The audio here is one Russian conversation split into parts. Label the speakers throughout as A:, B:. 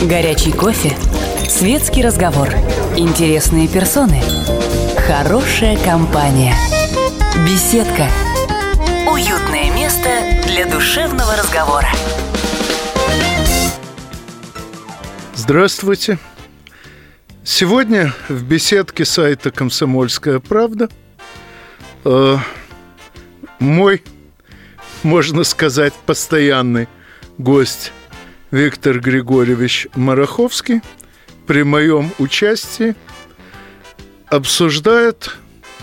A: Горячий кофе, светский разговор, интересные персоны, хорошая компания, беседка, уютное место для душевного разговора.
B: Здравствуйте. Сегодня в беседке сайта «Комсомольская правда» мой, можно сказать, постоянный гость Виктор Григорьевич Мараховский при моем участии обсуждает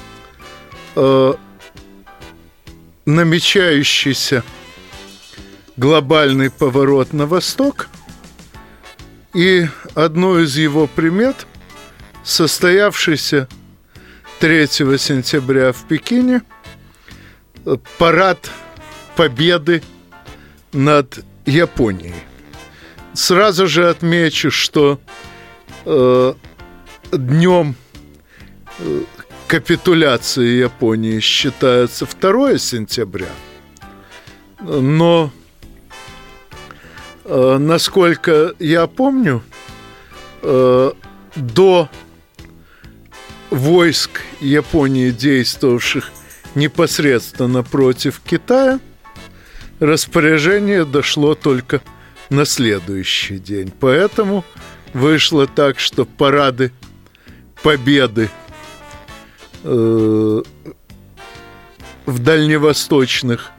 B: намечающийся глобальный поворот на восток и одну из его примет, состоявшийся 3 сентября в Пекине, парад победы над Японией. Сразу же отмечу, что днем капитуляции Японии считается 2 сентября, но, насколько я помню, до войск Японии, действовавших непосредственно против Китая, распоряжение дошло только на следующий день. Поэтому вышло так, что парады победы в дальневосточных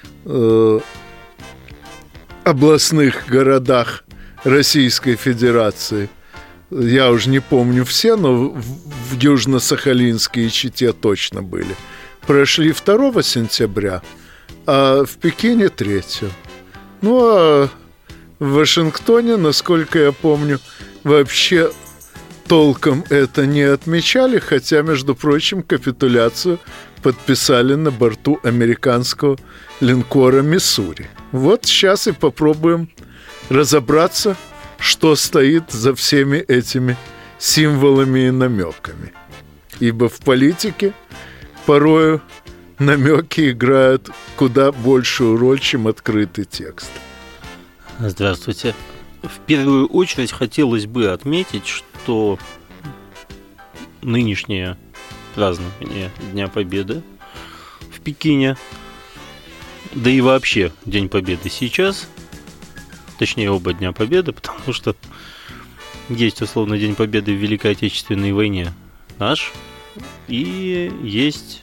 B: областных городах Российской Федерации, я уже не помню все, но в Южно-Сахалинске и Чите точно были, прошли 2 сентября, а в Пекине 3. Ну, а в Вашингтоне, насколько я помню, вообще толком это не отмечали, хотя, между прочим, капитуляцию подписали на борту американского линкора «Миссури». Вот сейчас и попробуем разобраться, что стоит за всеми этими символами и намеками. Ибо в политике порою намеки играют куда большую роль, чем открытый текст.
C: Здравствуйте. В первую очередь хотелось бы отметить, что нынешнее празднование Дня Победы в Пекине, да и вообще День Победы сейчас, точнее оба Дня Победы, потому что есть условно День Победы в Великой Отечественной войне наш, и есть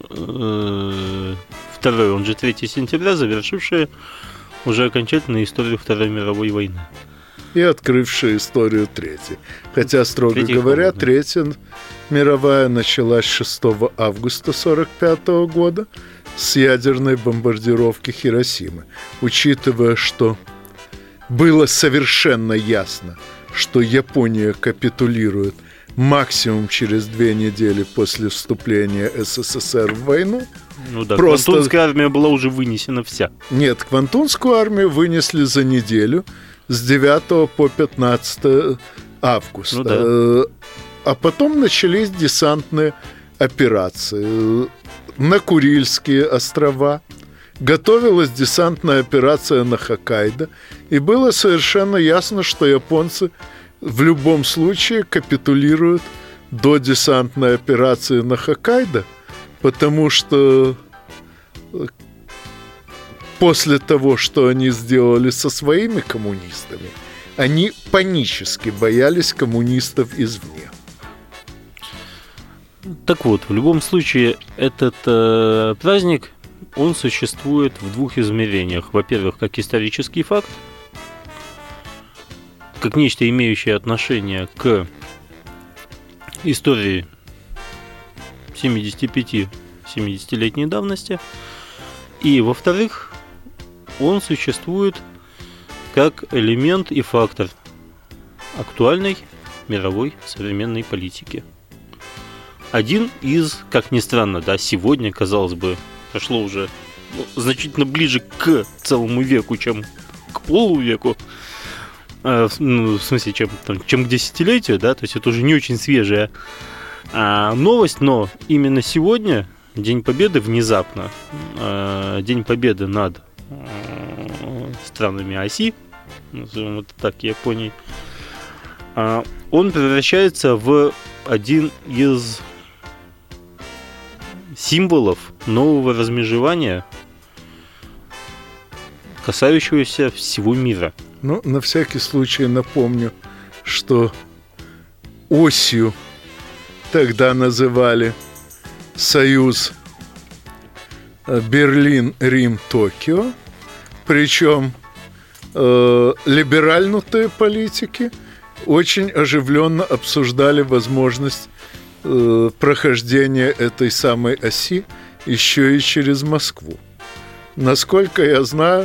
C: 2, он же 3 сентября, завершившая уже окончательно историю Второй мировой войны.
B: И открывшая историю Третьей. Хотя, строго говоря, Третья мировая началась 6 августа 1945 года с ядерной бомбардировки Хиросимы. Учитывая, что было совершенно ясно, что Япония капитулирует максимум через 2 недели после вступления СССР в войну.
C: Ну да, Квантунская армия была уже вынесена вся.
B: Нет, Квантунскую армию вынесли за неделю с 9 по 15 августа.
C: Ну да.
B: А потом начались десантные операции на Курильские острова. Готовилась десантная операция на Хоккайдо. И было совершенно ясно, что японцы в любом случае капитулируют до десантной операции на Хоккайдо, потому что после того, что они сделали со своими коммунистами, они панически боялись коммунистов извне.
C: Так вот, в любом случае, этот праздник, он существует в 2 измерениях. Во-первых, как исторический факт, как нечто, имеющее отношение к истории 75-70-летней давности. И, во-вторых, он существует как элемент и фактор актуальной мировой современной политики. Один из, как ни странно, да, сегодня, казалось бы, прошло уже значительно ближе к целому веку, чем к полувеку, в смысле, чем к десятилетию, да, то есть это уже не очень свежая новость, но именно сегодня, День Победы, внезапно, День Победы над странами оси, назовем это так, Японии, он превращается в один из символов нового размежевания, касающегося всего мира.
B: Ну, на всякий случай напомню, что осью тогда называли союз Берлин, Рим, Токио. Причем либеральнутые политики очень оживленно обсуждали возможность прохождения этой самой оси еще и через Москву. Насколько я знаю,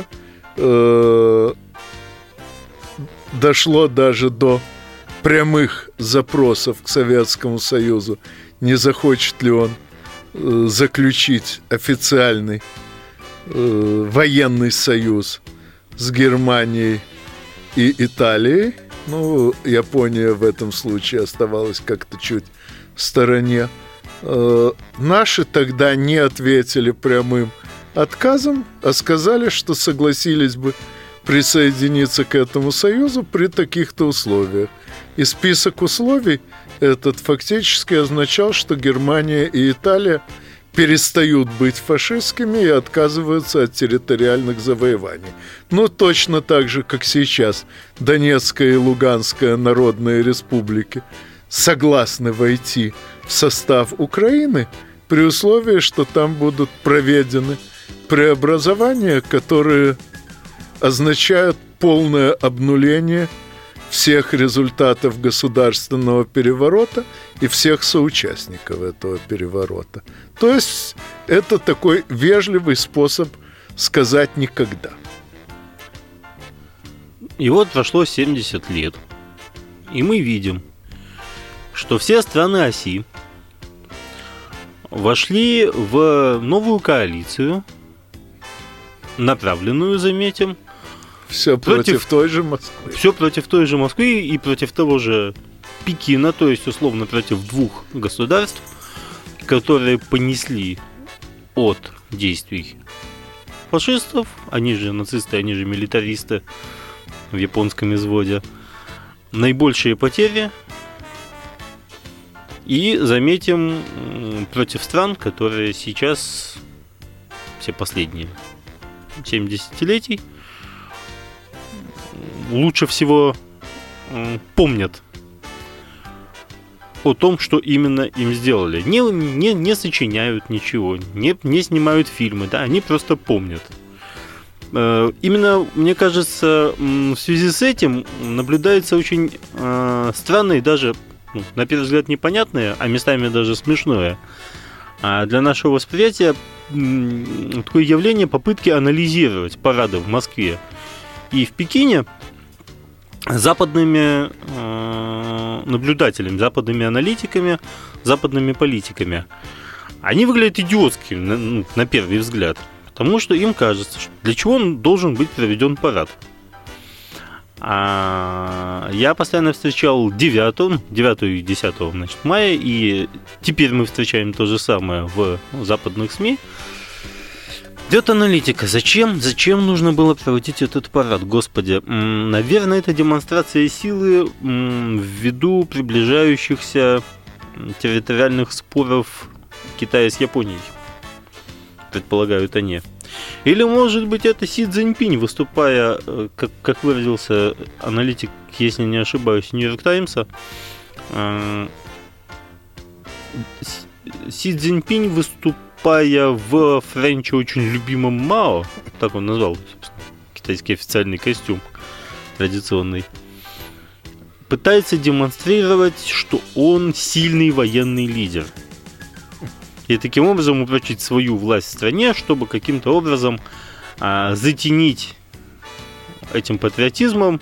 B: дошло даже до прямых запросов к Советскому Союзу, не захочет ли он заключить официальный военный союз с Германией и Италией. Ну, Япония в этом случае оставалась как-то чуть в стороне. Наши тогда не ответили прямым отказом, а сказали, что согласились бы присоединиться к этому союзу при таких-то условиях. И список условий этот фактически означал, что Германия и Италия перестают быть фашистскими и отказываются от территориальных завоеваний. Ну, точно так же, как сейчас Донецкая и Луганская народные республики согласны войти в состав Украины при условии, что там будут проведены преобразования, которые означают полное обнуление всех результатов государственного переворота и всех соучастников этого переворота. То есть это такой вежливый способ сказать «никогда».
C: И вот прошло 70 лет, и мы видим, что все страны оси вошли в новую коалицию, направленную, заметим,
B: все против той же Москвы.
C: Все против той же Москвы и против того же Пекина, то есть, условно, против двух государств, которые понесли от действий фашистов, они же нацисты, они же милитаристы в японском изводе, наибольшие потери. И, заметим, против стран, которые сейчас, все последние 7 десятилетий, лучше всего помнят о том, что именно им сделали. Не сочиняют ничего, не снимают фильмы, да, они просто помнят. Именно, мне кажется, в связи с этим наблюдается очень странное и даже, на первый взгляд, непонятное, а местами даже смешное для нашего восприятия такое явление попытки анализировать парады в Москве и в Пекине западными наблюдателями, западными аналитиками, западными политиками. Они выглядят идиотски на первый взгляд, потому что им кажется, что для чего он должен быть проведен парад. Я постоянно встречал 9 и 10 мая, и теперь мы встречаем то же самое в западных СМИ. Идет аналитика. Зачем нужно было проводить этот парад? Господи, наверное, это демонстрация силы ввиду приближающихся территориальных споров Китая с Японией, предполагают они. Или, может быть, это Си Цзиньпинь, выступая, как выразился аналитик, если не ошибаюсь, Нью-Йорк Таймса, Си Цзиньпинь, выступая в френче очень любимом Мао, так он назвал, собственно, китайский официальный костюм традиционный, пытается демонстрировать, что он сильный военный лидер. И таким образом упрочить свою власть в стране, чтобы каким-то образом затенить этим патриотизмом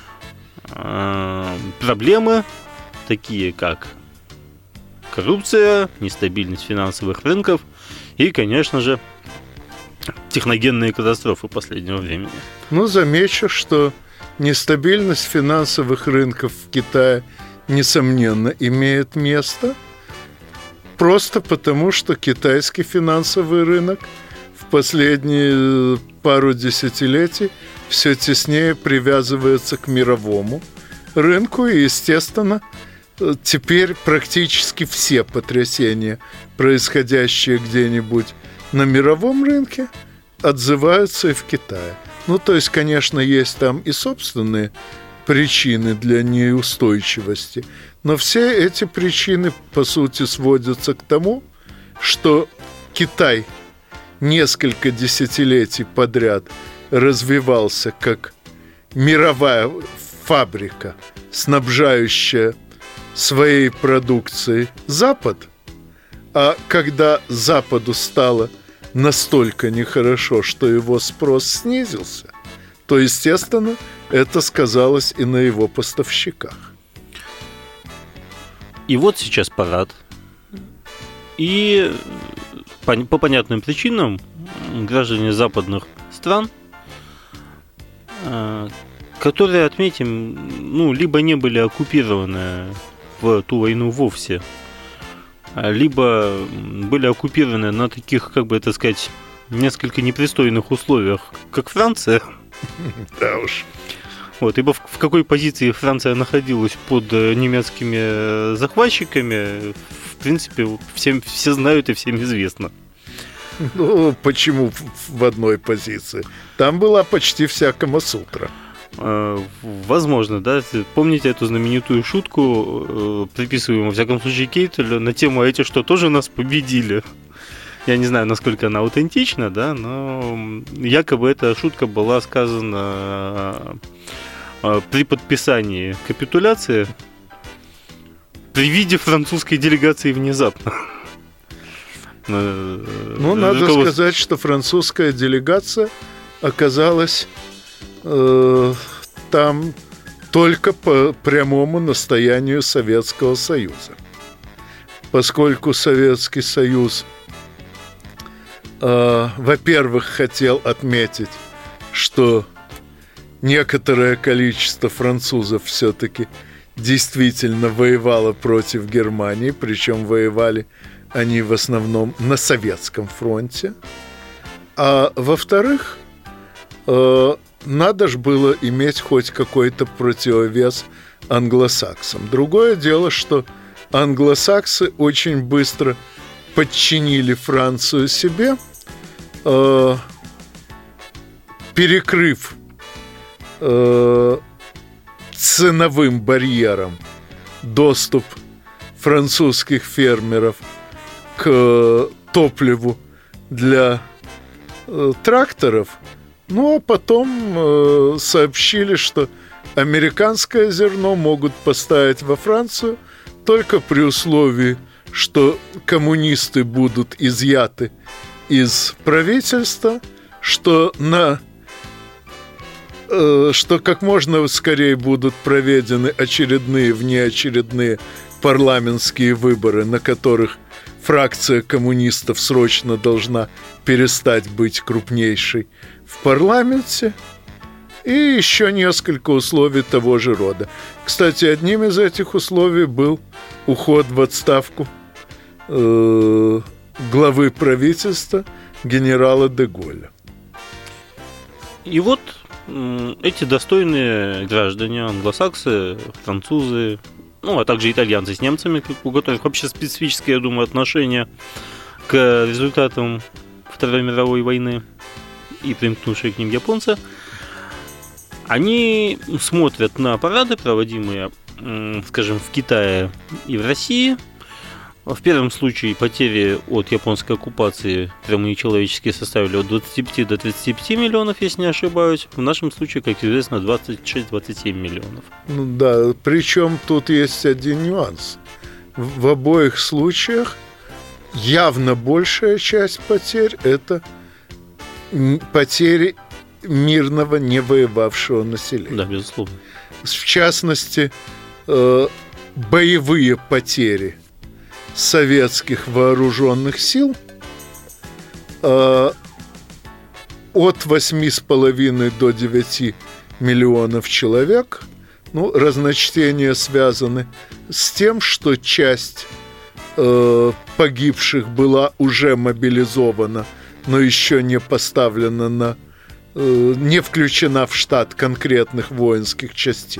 C: проблемы, такие как коррупция, нестабильность финансовых рынков и, конечно же, техногенные катастрофы последнего времени.
B: Ну, замечу, что нестабильность финансовых рынков в Китае, несомненно, имеет место, просто потому, что китайский финансовый рынок в последние пару десятилетий все теснее привязывается к мировому рынку, и, естественно, теперь практически все потрясения, происходящие где-нибудь на мировом рынке, отзываются и в Китае. Ну, то есть, конечно, есть там и собственные причины для неустойчивости, но все эти причины, по сути, сводятся к тому, что Китай несколько десятилетий подряд развивался как мировая фабрика, снабжающая своей продукцией Запад, а когда Западу стало настолько нехорошо, что его спрос снизился, то, естественно, это сказалось и на его поставщиках.
C: И вот сейчас парад. И по понятным причинам граждане западных стран, которые, отметим, либо не были оккупированы в ту войну вовсе, либо были оккупированы на таких, как бы это сказать, несколько непристойных условиях, как Франция.
B: Да уж.
C: Вот, ибо в какой позиции Франция находилась под немецкими захватчиками, в принципе, все знают и всем известно.
B: Ну, почему в одной позиции? Там была почти вся Камасутра.
C: Возможно, да. Помните эту знаменитую шутку, приписываемую, во всяком случае, Кейтелю, на тему «Эти что, тоже нас победили?» Я не знаю, насколько она аутентична, да, но якобы эта шутка была сказана при подписании капитуляции при виде французской делегации внезапно.
B: Ну, надо сказать, что французская делегация оказалась там только по прямому настоянию Советского Союза. Поскольку Советский Союз, во-первых, хотел отметить, что некоторое количество французов все-таки действительно воевало против Германии, причем воевали они в основном на Советском фронте. А во-вторых, надо же было иметь хоть какой-то противовес англосаксам. Другое дело, что англосаксы очень быстро подчинили Францию себе, перекрыв ценовым барьером доступ французских фермеров к топливу для тракторов. Ну, а потом сообщили, что американское зерно могут поставить во Францию только при условии, что коммунисты будут изъяты из правительства, что как можно скорее будут проведены очередные внеочередные парламентские выборы, на которых фракция коммунистов срочно должна перестать быть крупнейшей в парламенте, и еще несколько условий того же рода. Кстати, одним из этих условий был уход в отставку главы правительства генерала де Голля.
C: И вот эти достойные граждане, англосаксы, французы, а также итальянцы с немцами, у которых вообще специфические, я думаю, отношения к результатам Второй мировой войны и примкнувшие к ним японцы, они смотрят на парады, проводимые, скажем, в Китае и в России. В первом случае потери от японской оккупации прямые человеческие составили от 25 до 35 миллионов, если не ошибаюсь. В нашем случае, как известно, 26-27 миллионов.
B: Ну да, причем тут есть один нюанс. В обоих случаях явно большая часть потерь – это потери мирного, не воевавшего населения.
C: Да, безусловно.
B: В частности, боевые потери советских вооруженных сил от 8,5 до 9 миллионов человек. Ну, разночтения связаны с тем, что часть погибших была уже мобилизована, но еще не поставлена на не включена в штат конкретных воинских частей.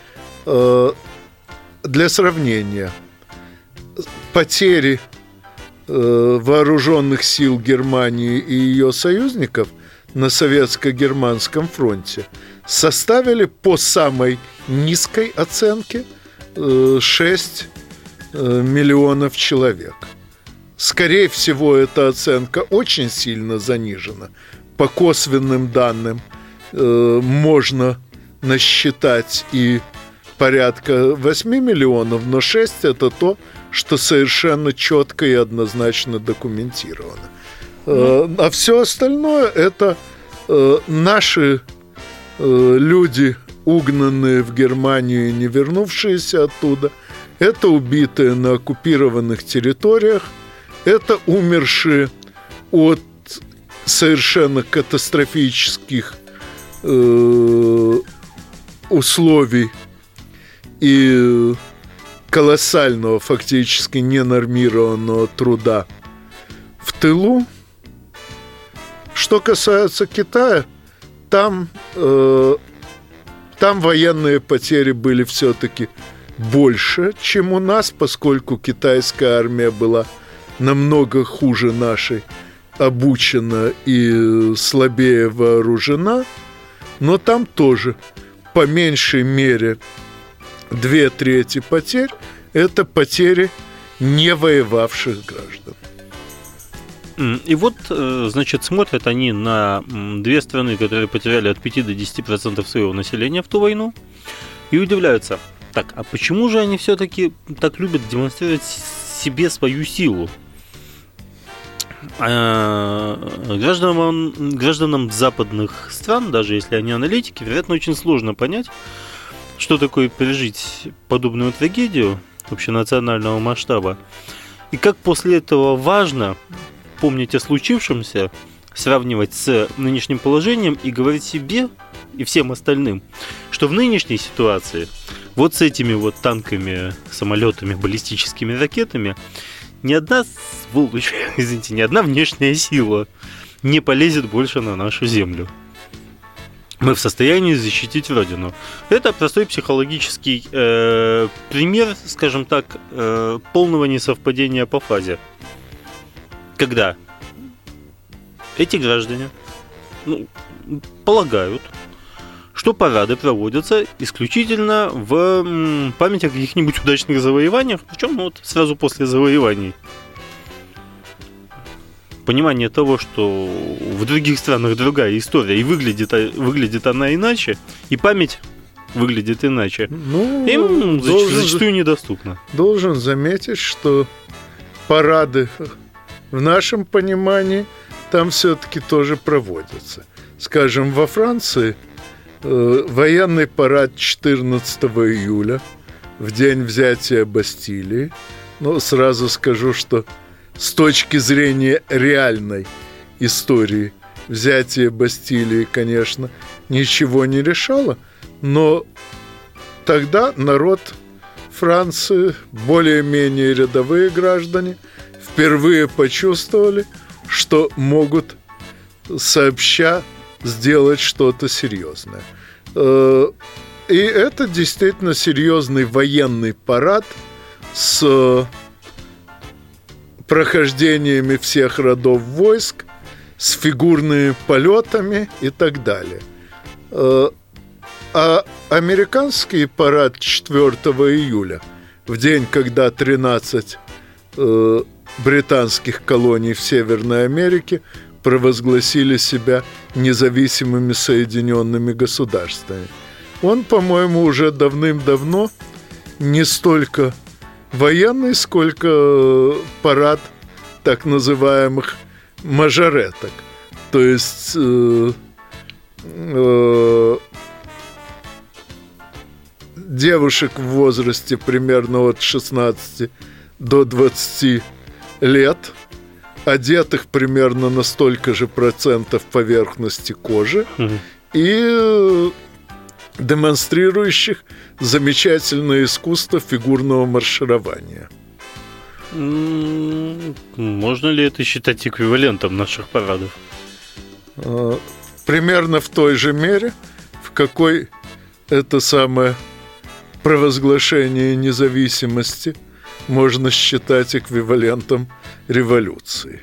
B: Для сравнения, потери вооруженных сил Германии и ее союзников на советско-германском фронте составили по самой низкой оценке 6 миллионов человек. Скорее всего, эта оценка очень сильно занижена. По косвенным данным можно насчитать и порядка 8 миллионов, но 6 – это то, что совершенно четко и однозначно документировано. А все остальное – это наши люди, угнанные в Германию и не вернувшиеся оттуда, это убитые на оккупированных территориях, это умершие от совершенно катастрофических условий и колоссального, фактически ненормированного труда в тылу. Что касается Китая, там военные потери были все-таки больше, чем у нас, поскольку китайская армия была намного хуже нашей обучена и слабее вооружена, но там тоже по меньшей мере 2/3 потерь – это потери не воевавших граждан.
C: И вот, значит, смотрят они на две страны, которые потеряли от 5 до 10% своего населения в ту войну, и удивляются, так, а почему же они все-таки так любят демонстрировать себе свою силу? Гражданам западных стран, даже если они аналитики, вероятно, очень сложно понять, что такое пережить подобную трагедию общенационального масштаба, и как после этого важно помнить о случившемся, сравнивать с нынешним положением и говорить себе и всем остальным, что в нынешней ситуации вот с этими вот танками, самолетами, баллистическими ракетами ни одна сволочь, извините, ни одна внешняя сила не полезет больше на нашу землю. Мы в состоянии защитить Родину. Это простой психологический пример, скажем так, полного несовпадения по фазе. Когда эти граждане полагают, что парады проводятся исключительно в память о каких-нибудь удачных завоеваниях, причем сразу после завоеваний. Понимание того, что в других странах другая история, и выглядит она иначе, и память выглядит иначе, им зачастую недоступно.
B: Должен заметить, что парады в нашем понимании там все-таки тоже проводятся. Скажем, во Франции военный парад 14 июля, в день взятия Бастилии. Сразу скажу, что с точки зрения реальной истории взятие Бастилии, конечно, ничего не решало, но тогда народ Франции, более-менее рядовые граждане, впервые почувствовали, что могут сообща сделать что-то серьезное. И это действительно серьезный военный парад с прохождениями всех родов войск, с фигурными полетами и так далее. А американский парад 4 июля, в день, когда 13 британских колоний в Северной Америке провозгласили себя независимыми Соединенными Государствами. Он, по-моему, уже давным-давно не столько военный, сколько парад так называемых мажореток. То есть девушек в возрасте примерно от 16 до 20 лет, одетых примерно на столько же процентов поверхности кожи, и демонстрирующих замечательное искусство фигурного марширования.
C: Можно ли это считать эквивалентом наших парадов?
B: примерно в той же мере, в какой это самое провозглашение независимости можно считать эквивалентом революции.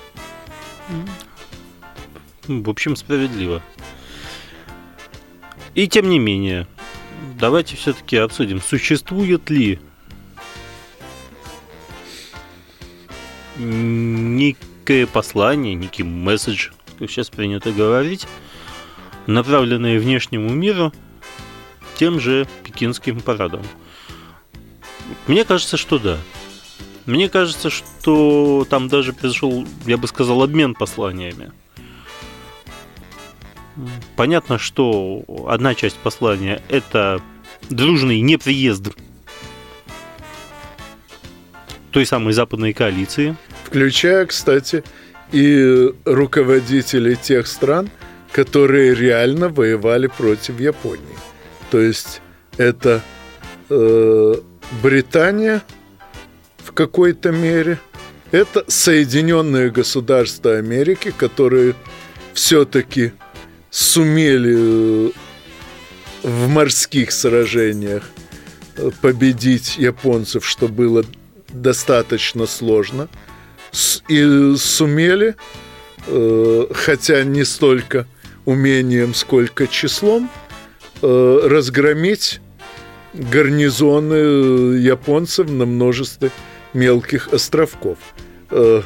C: В общем, справедливо. И тем не менее, давайте все-таки обсудим, существует ли некое послание, некий месседж, как сейчас принято говорить, направленное внешнему миру тем же пекинским парадом. Мне кажется, что да. Мне кажется, что там даже произошел, я бы сказал, обмен посланиями. Понятно, что одна часть послания – это дружный неприезд той самой западной коалиции.
B: Включая, кстати, и руководителей тех стран, которые реально воевали против Японии. То есть это Британия в какой-то мере, это Соединенные Государства Америки, которые все-таки сумели в морских сражениях победить японцев, что было достаточно сложно, и сумели, хотя не столько умением, сколько числом, разгромить гарнизоны японцев на множестве мелких островков. В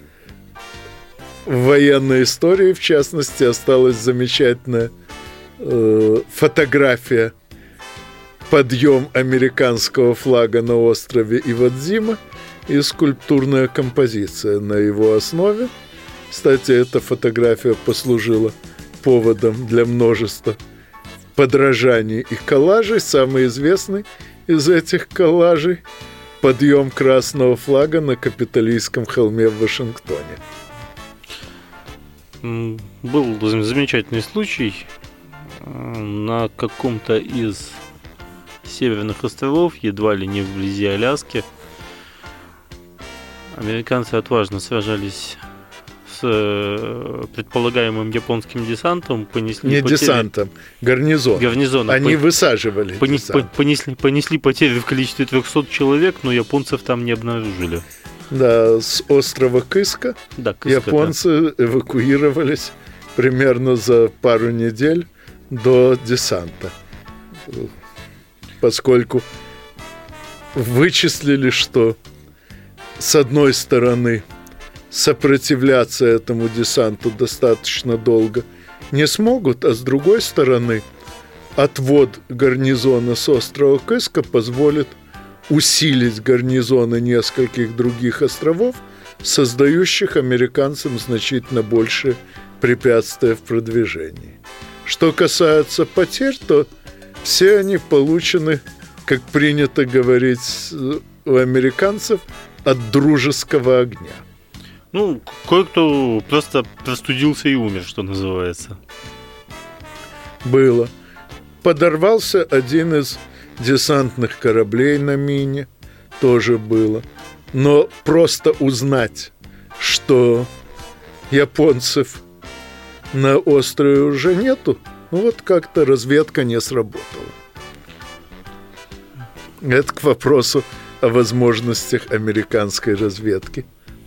B: военной истории, в частности, осталась замечательная фотография подъем американского флага на острове Ивадзима и скульптурная композиция на его основе. Кстати, эта фотография послужила поводом для множества подражаний и коллажей. Самый известный из этих коллажей – подъем красного флага на Капитолийском холме в Вашингтоне.
C: Был замечательный случай на каком-то из северных островов, едва ли не вблизи Аляски. Американцы отважно сражались с предполагаемым японским десантом, понесли
B: не
C: потери.
B: Десантом, гарнизоном. Они высаживали
C: понесли потери в количестве 300 человек, но японцев там не обнаружили.
B: Да, с острова Кыска, японцы эвакуировались примерно за пару недель до десанта, поскольку вычислили, что с одной стороны сопротивляться этому десанту достаточно долго не смогут, а с другой стороны отвод гарнизона с острова Кыска позволит усилить гарнизоны нескольких других островов, создающих американцам значительно большие препятствия в продвижении. Что касается потерь, то все они получены, как принято говорить у американцев, от дружеского огня.
C: Ну, кое-кто просто простудился и умер, что называется.
B: Было. Подорвался один из десантных кораблей на мине, тоже было. Но просто узнать, что японцев на острове уже нету, ну вот как-то разведка не сработала. Это к вопросу о возможностях американской разведки.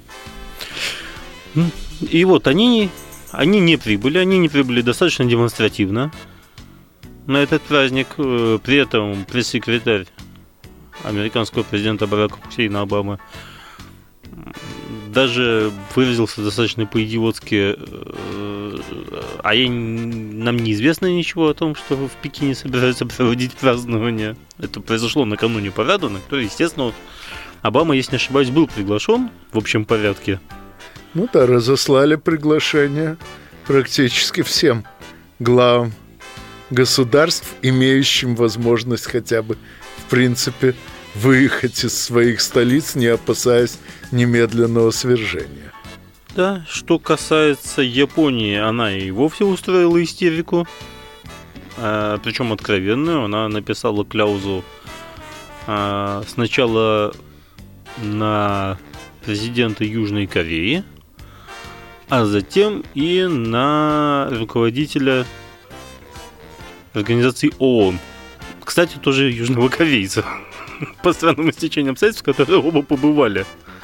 C: И вот они не прибыли достаточно демонстративно на этот праздник. При этом пресс-секретарь американского президента Барака Хусейна Обамы даже выразился достаточно по-идиотски. Нам неизвестно ничего о том, что в Пекине собираются проводить празднование. Это произошло накануне парада, на который, естественно, Обама, если не ошибаюсь, был приглашен в общем порядке.
B: Ну да, разослали приглашение практически всем главам государств, имеющим возможность хотя бы, в принципе, выехать из своих столиц, не опасаясь немедленного свержения.
C: Да, что касается Японии, она и вовсе устроила истерику, причем откровенную. Она написала кляузу сначала на президента Южной Кореи, а затем и на руководителя организации ООН. Кстати, тоже южного корейца. По странному стечению обстоятельств, которые оба побывали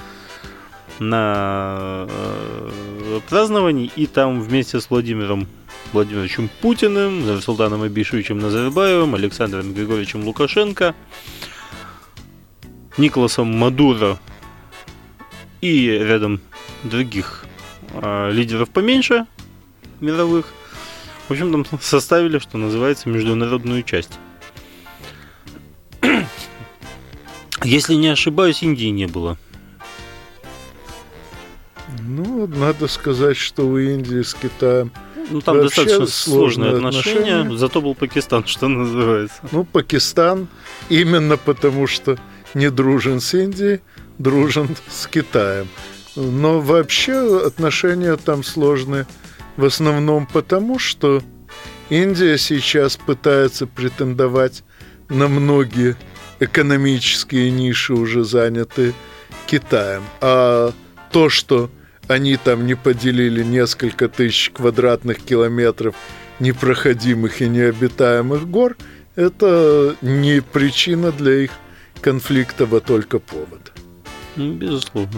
C: на праздновании, и там вместе с Владимиром Владимировичем Путиным, Нурсултаном Абишевичем Назарбаевым, Александром Григорьевичем Лукашенко, Николасом Мадуро и рядом других лидеров поменьше мировых, в общем, там составили, что называется, международную часть. Если не ошибаюсь, Индии не было.
B: Ну, надо сказать, что у Индии с Китаем
C: там достаточно сложные отношения. Зато был Пакистан, что называется.
B: Пакистан именно потому, что не дружен с Индией, дружен с Китаем. Но вообще отношения там сложные в основном потому, что Индия сейчас пытается претендовать на многие экономические ниши, уже заняты Китаем. А то, что они там не поделили несколько тысяч квадратных километров непроходимых и необитаемых гор, это не причина для их конфликта, а только повод.
C: Безусловно.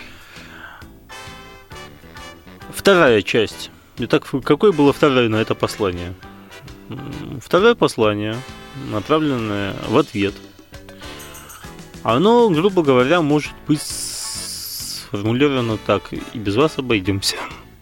C: Вторая часть. Итак, какое было второе на это послание? Второе послание, направленное в ответ, оно, грубо говоря, может быть сформулировано так: и без вас обойдемся.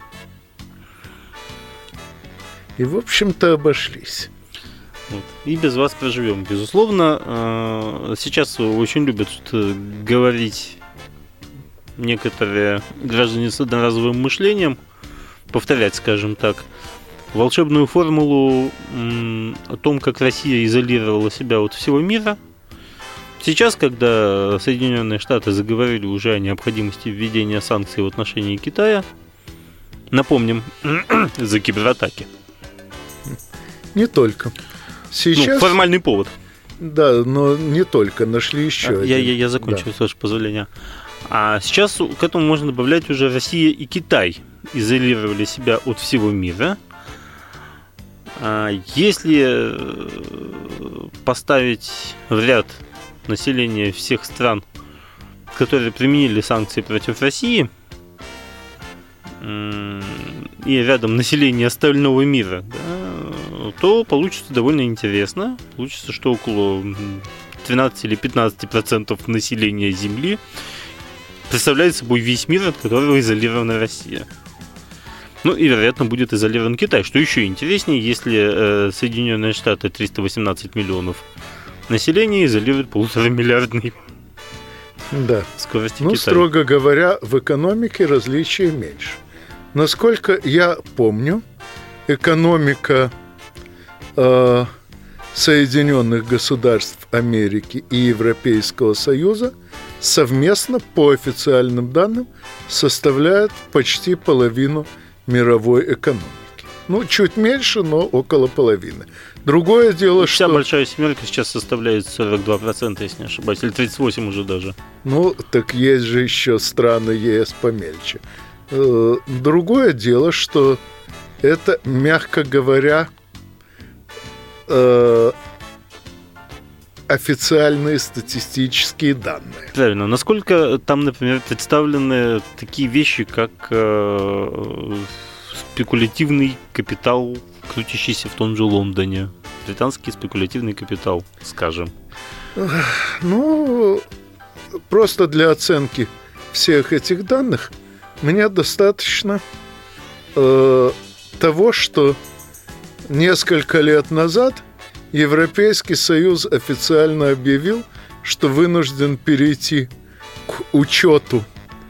B: И, в общем-то, обошлись.
C: И без вас проживем. Безусловно, сейчас очень любят говорить некоторые граждане с одноразовым мышлением, повторять, скажем так, волшебную формулу о том, как Россия изолировала себя от всего мира. Сейчас, когда Соединенные Штаты заговорили уже о необходимости введения санкций в отношении Китая, напомним, за кибератаки.
B: Не только. Сейчас...
C: формальный повод.
B: Да, но не только. Нашли еще один.
C: Я закончу, с вашего позволения. А сейчас к этому можно добавлять уже Россия и Китай изолировали себя от всего мира. Если поставить в ряд население всех стран, которые применили санкции против России, и рядом население остального мира, да, то получится довольно интересно. Получится, что около 13 или 15% населения Земли представляет собой весь мир, от которого изолирована Россия. И, вероятно, будет изолирован Китай. Что еще интереснее, если Соединенные Штаты 318 миллионов населения изолируют 1,5-миллиардный скорости Китая.
B: Строго говоря, в экономике различий меньше. Насколько я помню, экономика Соединенных Государств Америки и Европейского Союза совместно, по официальным данным, составляет почти половину мировой экономики. Чуть меньше, но около половины. Другое дело, что...
C: Вся большая семерка сейчас составляет 42%, если не ошибаюсь, или 38% уже даже.
B: Так есть же еще страны ЕС помельче. Другое дело, что это, мягко говоря, официальные статистические данные.
C: Правильно. Насколько там, например, представлены такие вещи, как спекулятивный капитал, крутящийся в том же Лондоне? Британский спекулятивный капитал, скажем.
B: Просто для оценки всех этих данных мне достаточно того, что несколько лет назад Европейский Союз официально объявил, что вынужден перейти к учету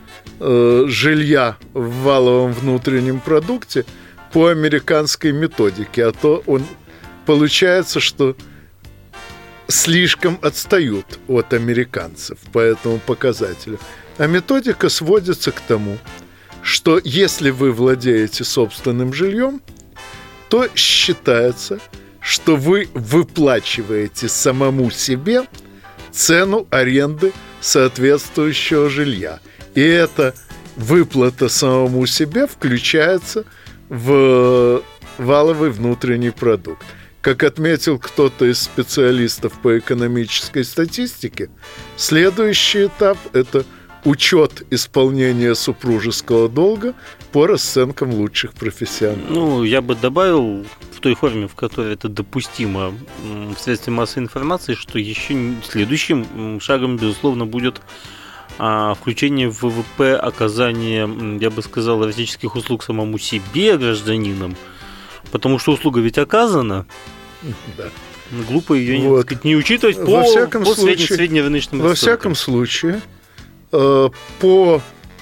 B: жилья в валовом внутреннем продукте по американской методике, а то получается, что слишком отстают от американцев по этому показателю. А методика сводится к тому, что если вы владеете собственным жильем, то считается, что вы выплачиваете самому себе цену аренды соответствующего жилья. И это выплата самому себе включается в валовый внутренний продукт. Как отметил кто-то из специалистов по экономической статистике, следующий этап – это учет исполнения супружеского долга по расценкам лучших профессионалов.
C: Ну, я бы добавил в той форме, в которой это допустимо в средстве массовой информации, что еще следующим шагом, безусловно, будет включение в ВВП оказания, я бы сказал, эротических услуг самому себе, гражданинам, потому что услуга ведь оказана.
B: Да.
C: Глупо ее не учитывать по среднерыночным расценкам.
B: Во всяком случае, по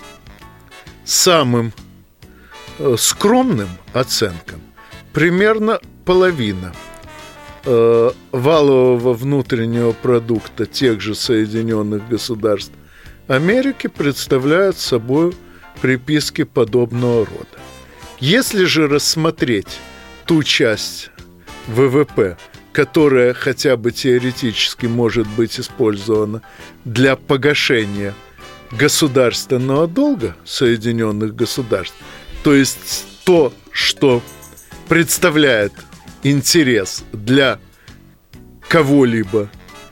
B: самым скромным оценкам, примерно половина валового внутреннего продукта тех же Соединенных Государств Америки представляют собой приписки подобного рода. Если же рассмотреть ту часть ВВП, которая хотя бы теоретически может быть использована для погашения государственного долга Соединенных Государств, то есть то, что представляет интерес для кого-либо,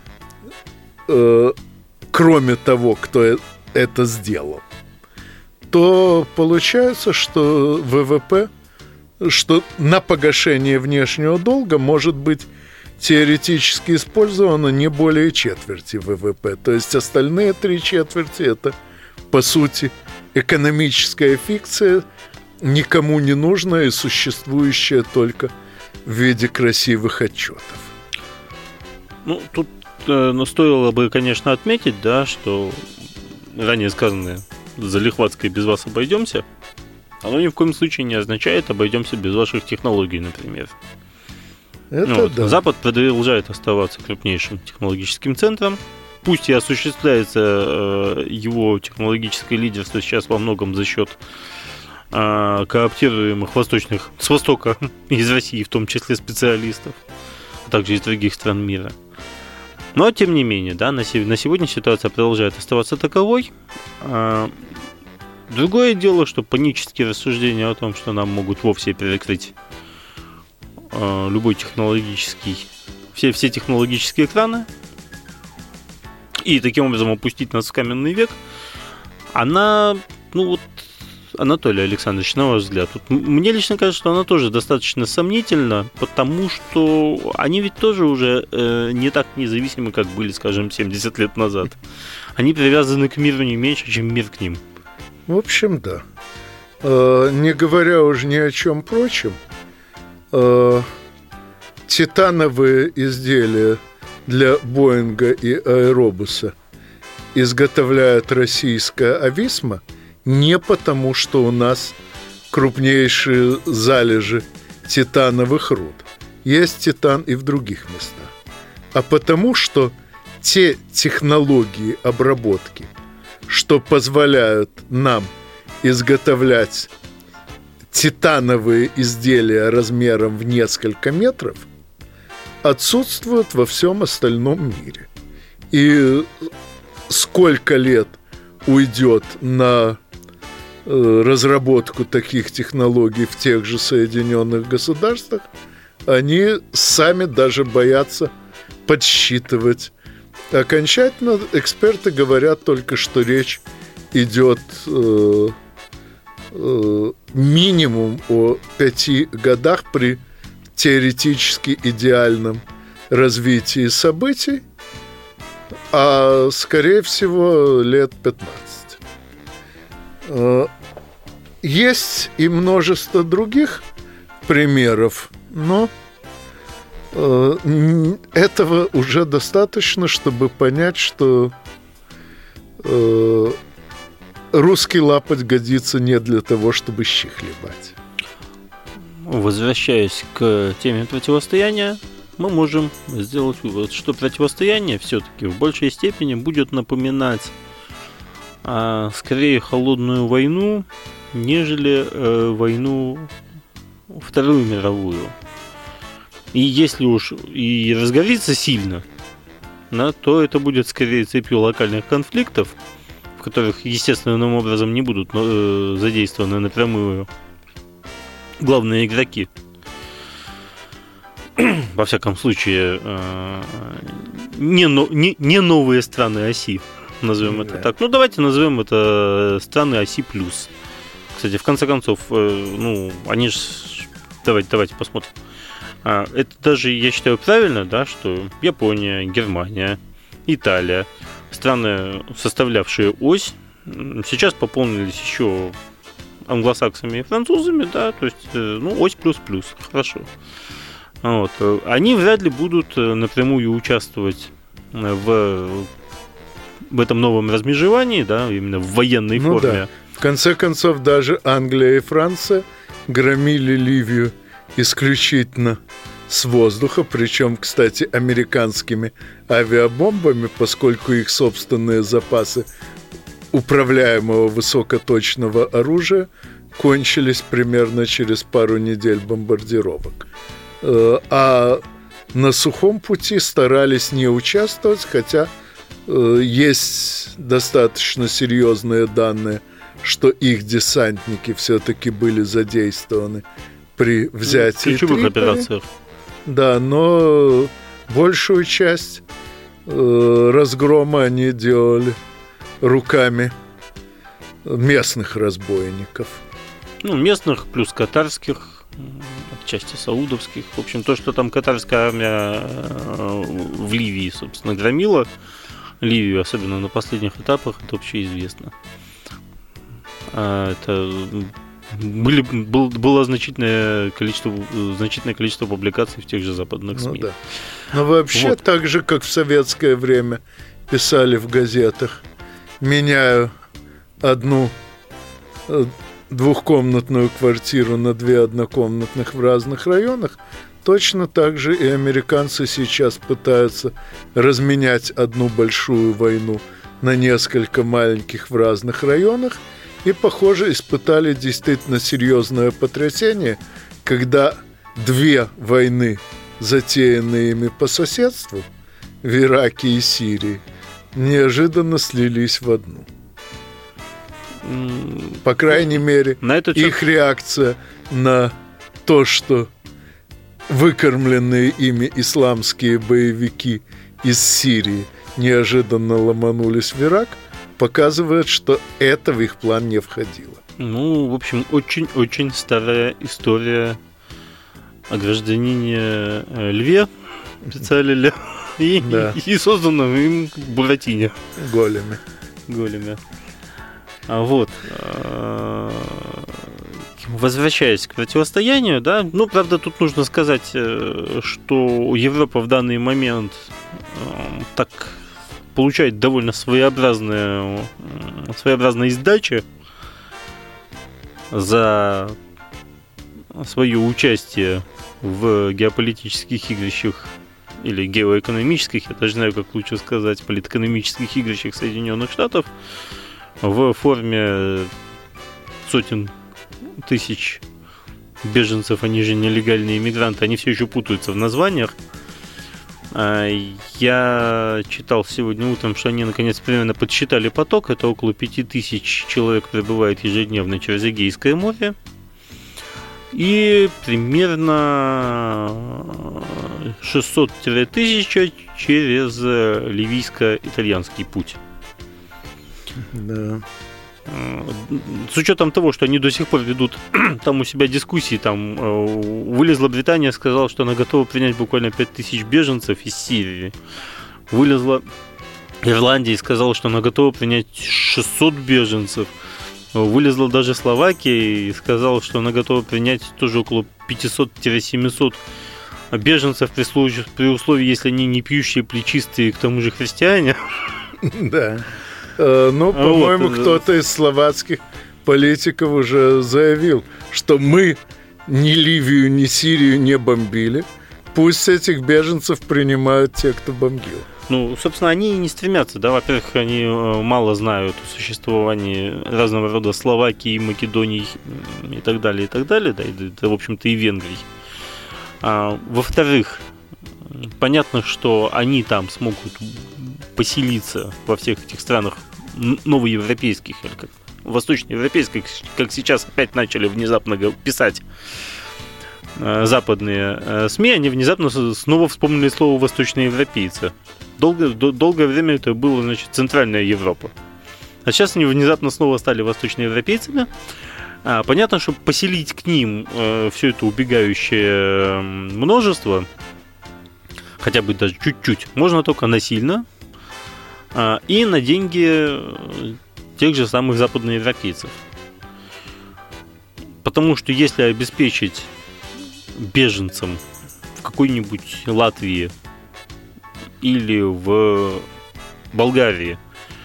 B: кроме того, кто это сделал, то получается, что ВВП, что на погашение внешнего долга может быть теоретически использовано не более четверти ВВП. То есть остальные 3/4 – это, по сути, экономическая фикция, никому не нужная и существующая только в виде красивых отчетов.
C: Ну, тут стоило бы, конечно, отметить, да, что ранее сказанное залихватское «без вас обойдемся», оно ни в коем случае не означает «обойдемся без ваших технологий», например. Да. Запад продолжает оставаться крупнейшим технологическим центром. Пусть и осуществляется его технологическое лидерство сейчас во многом за счет кооптируемых с Востока, из России в том числе специалистов, а также из других стран мира. Но, тем не менее, да, на сегодня ситуация продолжает оставаться таковой. Другое дело, что панические рассуждения о том, что нам могут вовсе перекрыть любой технологический, все технологические экраны и таким образом опустить нас в каменный век, Анатолий Александрович, на ваш взгляд, мне лично кажется, что она тоже достаточно сомнительна, потому что они ведь тоже уже не так независимы, как были, скажем, 70 лет назад. Они привязаны к миру не меньше, чем мир к ним.
B: В общем, да. Не говоря уже ни о чем прочем, титановые изделия для Боинга и Аэробуса изготовляет российская Ависма не потому, что у нас крупнейшие залежи титановых руд. Есть титан и в других местах. А потому, что те технологии обработки, что позволяют нам изготовлять титановые изделия размером в несколько метров, отсутствуют во всем остальном мире. И сколько лет уйдет на разработку таких технологий в тех же Соединенных Государствах, они сами даже боятся подсчитывать. Окончательно эксперты говорят только, что речь идет минимум о 5 годах при теоретически идеальном развитии событий, а скорее всего лет 15. Есть и множество других примеров, но этого уже достаточно, чтобы понять, что русский лапоть годится не для того, чтобы щи хлебать.
C: Возвращаясь к теме противостояния, мы можем сделать вывод, что противостояние все-таки в большей степени будет напоминать скорее холодную войну, нежели войну Вторую мировую. И если уж и разгорится сильно, то это будет скорее цепью локальных конфликтов, в в которых естественным образом не будут задействованы напрямую главные игроки. Во всяком случае, не новые страны оси, назовем это так. Ну, давайте назовем это страны оси плюс. Кстати, в конце концов, они же... Давайте посмотрим. Это даже, я считаю, правильно, да, что Япония, Германия, Италия, страны, составлявшие ось, сейчас пополнились еще англосаксами и французами, да, то есть, ось плюс-плюс, хорошо. Вот. Они вряд ли будут напрямую участвовать в этом новом размежевании, да, именно в военной форме.
B: Да. В конце концов, даже Англия и Франция громили Ливию исключительно с воздуха, причем, кстати, американскими авиабомбами, поскольку их собственные запасы управляемого высокоточного оружия кончились примерно через пару недель бомбардировок. А на сухом пути старались не участвовать, хотя есть достаточно серьезные данные, что их десантники все-таки были задействованы при взятии
C: ключевых операциях.
B: Да, но большую часть разгрома они делали руками местных разбойников.
C: Местных плюс катарских, отчасти саудовских. В общем, то, что там катарская армия в Ливии, собственно, громила Ливию, особенно на последних этапах, это общеизвестно. Это было значительное количество публикаций в тех же западных СМИ.
B: Да. Но вообще, так же, как в советское время писали в газетах, меняю одну двухкомнатную квартиру на 2 однокомнатных в разных районах, точно так же и американцы сейчас пытаются разменять одну большую войну на несколько маленьких в разных районах, и, похоже, испытали действительно серьезное потрясение, когда 2 войны, затеянные ими по соседству, в Ираке и Сирии, неожиданно слились в одну. По крайней мере, их реакция на то, что выкормленные ими исламские боевики из Сирии неожиданно ломанулись в Ирак, показывает, что это в их план не входило.
C: В общем, очень-очень старая история о гражданине Льве, писали и созданном им Буратине. Големе. Возвращаясь к противостоянию, да, правда, тут нужно сказать, что Европа в данный момент так получает довольно своеобразные издачи за свое участие в геополитических игрищах или геоэкономических, я даже знаю, как лучше сказать, политэкономических игрищах Соединенных Штатов в форме сотен тысяч беженцев, они же нелегальные иммигранты, они все еще путаются в названиях. Я читал сегодня утром, что они наконец примерно подсчитали поток. Это около 5000 человек прибывает ежедневно через Эгейское море. И примерно 600-1000 через ливийско-итальянский путь.
B: Да.
C: С учетом того, что они до сих пор ведут там у себя дискуссии, там вылезла Британия, сказала, что она готова принять буквально 5000 беженцев из Сирии. Вылезла Ирландия и сказала, что она готова принять 600 беженцев. Вылезла даже Словакия и сказала, что она готова принять тоже около 500-700 беженцев при условии, если они не пьющие, плечистые, к тому же христиане.
B: Да. По-моему, кто-то из словацких политиков уже заявил, что мы ни Ливию, ни Сирию не бомбили. Пусть этих беженцев принимают те, кто бомбил.
C: Собственно, они и не стремятся, да, во-первых, они мало знают о существовании разного рода Словакии, Македонии и так далее, да, и, в общем-то, и Венгрии. Во-вторых, понятно, что они там смогут поселиться во всех этих странах новоевропейских, или как восточноевропейских, как сейчас опять начали внезапно писать западные СМИ, они внезапно снова вспомнили слово «восточноевропейцы». Долгое время это было, значит, Центральная Европа. А сейчас они внезапно снова стали восточноевропейцами. Понятно, что поселить к ним все это убегающее множество, хотя бы даже чуть-чуть, можно только насильно и на деньги тех же самых западноевропейцев. Потому что если обеспечить беженцам в какой-нибудь Латвии или в Болгарии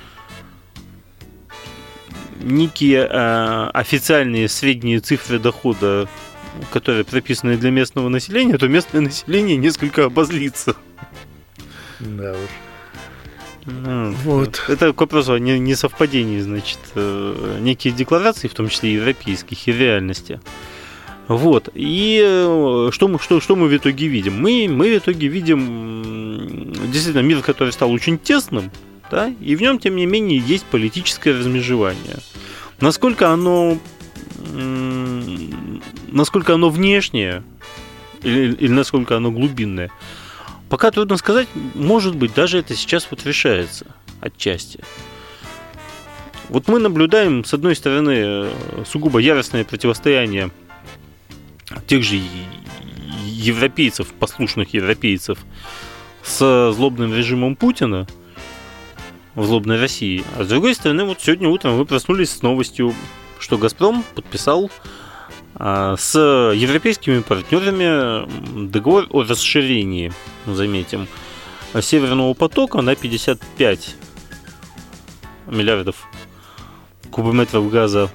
C: некие официальные средние цифры дохода, которые прописаны для местного населения, то местное население несколько обозлится.
B: Да уж.
C: Вот. Это к вопросу о несовпадении, значит, неких деклараций, в том числе европейских, и реальности. Вот. И что мы в итоге видим? Мы в итоге видим действительно мир, который стал очень тесным, да, и в нем, тем не менее, есть политическое размежевание. Насколько оно внешнее или насколько оно глубинное, пока трудно сказать. Может быть, даже это сейчас вот решается отчасти. Вот мы наблюдаем, с одной стороны, сугубо яростное противостояние тех же европейцев, послушных европейцев, с злобным режимом Путина в злобной России. А с другой стороны, вот сегодня утром мы проснулись с новостью, что «Газпром» подписал с европейскими партнерами договор о расширении, заметим, Северного потока на 55 миллиардов кубометров газа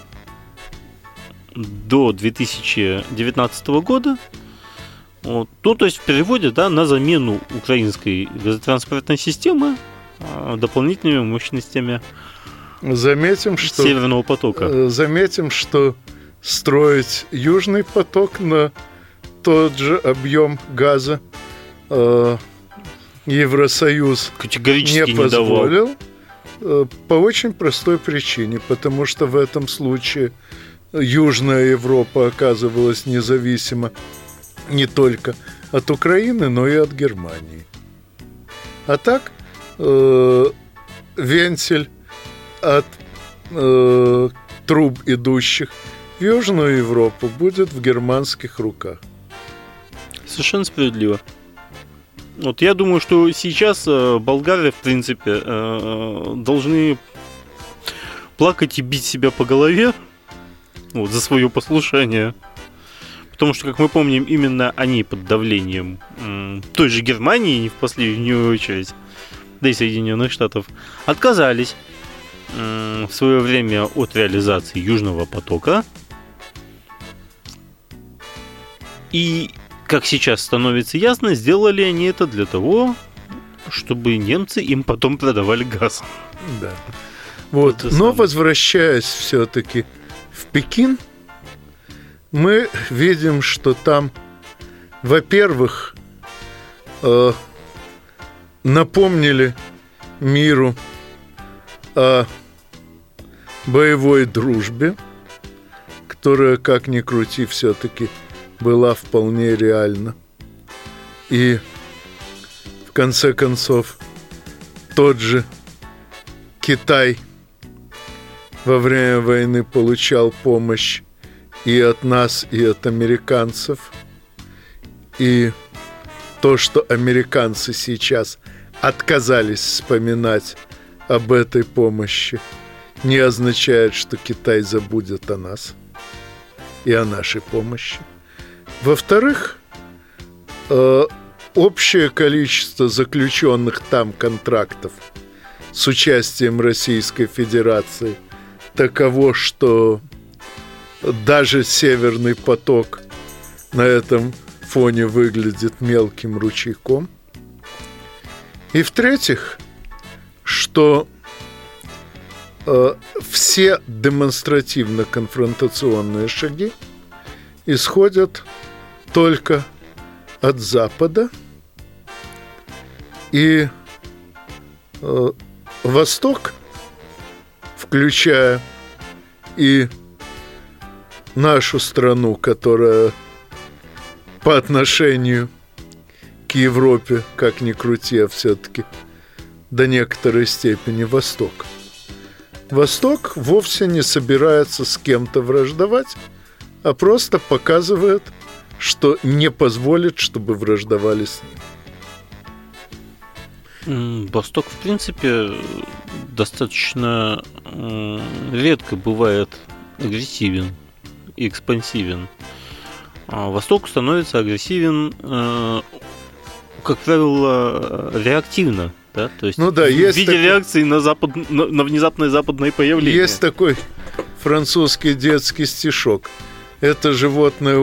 C: до 2019 года. Вот. Ну, то есть в переводе, да, на замену украинской газотранспортной системы дополнительными мощностями Северного потока.
B: Заметим, что строить Южный поток на тот же объем газа Евросоюз
C: категорически
B: не позволил по очень простой причине, потому что в этом случае Южная Европа оказывалась независима не только от Украины, но и от Германии. А так вентиль от труб, идущих в Южную Европу, будет в германских руках.
C: Совершенно справедливо. Вот я думаю, что сейчас болгары, в принципе, должны плакать и бить себя по голове вот, за свое послушание. Потому что, как мы помним, именно они под давлением той же Германии, не в последнюю очередь, да и Соединенных Штатов, отказались в свое время от реализации Южного потока. И, как сейчас становится ясно, сделали они это для того, чтобы немцы им потом продавали газ.
B: Да. Вот. Но возвращаясь все-таки в Пекин, мы видим, что там, во-первых, напомнили миру о боевой дружбе, которая, как ни крути, все-таки была вполне реальна. И, в конце концов, тот же Китай во время войны получал помощь и от нас, и от американцев. И то, что американцы сейчас отказались вспоминать об этой помощи, не означает, что Китай забудет о нас и о нашей помощи. Во-вторых, общее количество заключенных там контрактов с участием Российской Федерации таково, что даже Северный поток на этом фоне выглядит мелким ручейком. И в-третьих, что все демонстративно-конфронтационные шаги исходят только от Запада, и Восток включая и нашу страну, которая по отношению к Европе, как ни крути, а все-таки до некоторой степени Восток. Восток вовсе не собирается с кем-то враждовать, а просто показывает, что не позволит, чтобы враждовали с ним.
C: Восток, в принципе, достаточно редко бывает агрессивен и экспансивен. Восток становится агрессивен, как правило, реактивно. Да? То есть, в виде реакции на внезапное западное появление.
B: Есть такой французский детский стишок. Это животное,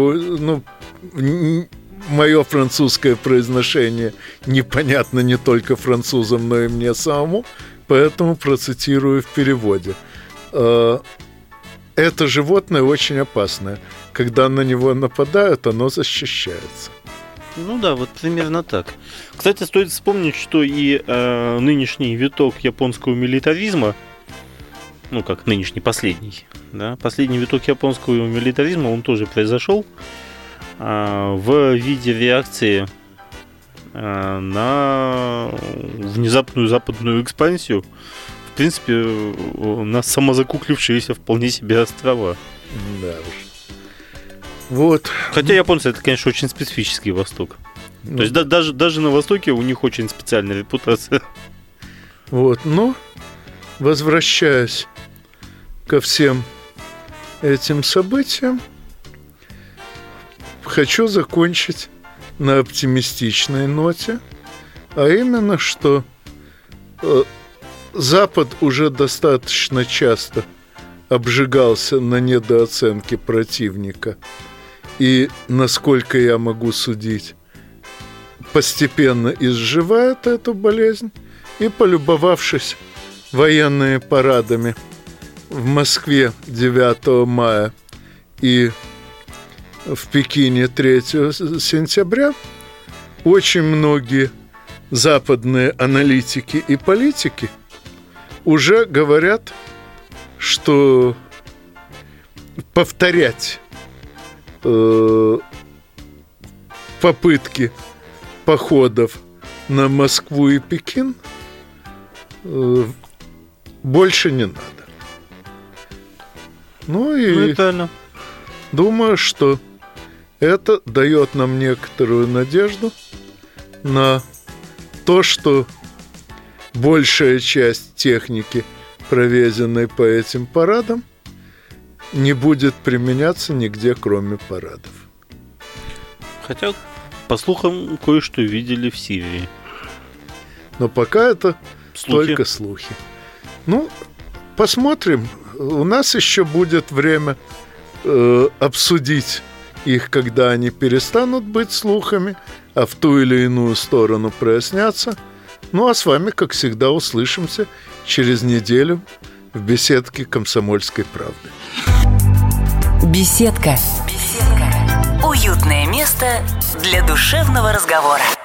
B: мое французское произношение непонятно не только французам, но и мне самому, поэтому процитирую в переводе. Это животное очень опасное. Когда на него нападают, оно защищается.
C: Ну да, вот примерно так. Кстати, стоит вспомнить, что и нынешний виток японского милитаризма, как нынешний последний, да, последний виток японского милитаризма, он тоже произошел в виде реакции на внезапную западную экспансию, в принципе, на самозакуклившиеся вполне себе острова.
B: Да уж. Вот.
C: Хотя японцы, это, конечно, очень специфический Восток. То есть даже на Востоке у них очень специальная репутация.
B: Вот, но возвращаясь ко всем этим событиям, хочу закончить на оптимистичной ноте, а именно, что Запад уже достаточно часто обжигался на недооценке противника. И, насколько я могу судить, постепенно изживает эту болезнь. И, полюбовавшись военными парадами в Москве 9 мая и в Пекине 3 сентября, очень многие западные аналитики и политики уже говорят, что повторять попытки походов на Москву и Пекин больше не надо. И думаю, что это дает нам некоторую надежду на то, что большая часть техники, провезенной по этим парадам, не будет применяться нигде, кроме парадов.
C: Хотя, по слухам, кое-что видели в Сирии.
B: Но пока это
C: слухи.
B: Только слухи. Посмотрим. У нас еще будет время обсудить их, когда они перестанут быть слухами, а в ту или иную сторону прояснятся. А с вами, как всегда, услышимся через неделю в беседке «Комсомольской правды».
A: Беседка. Уютное место для душевного разговора.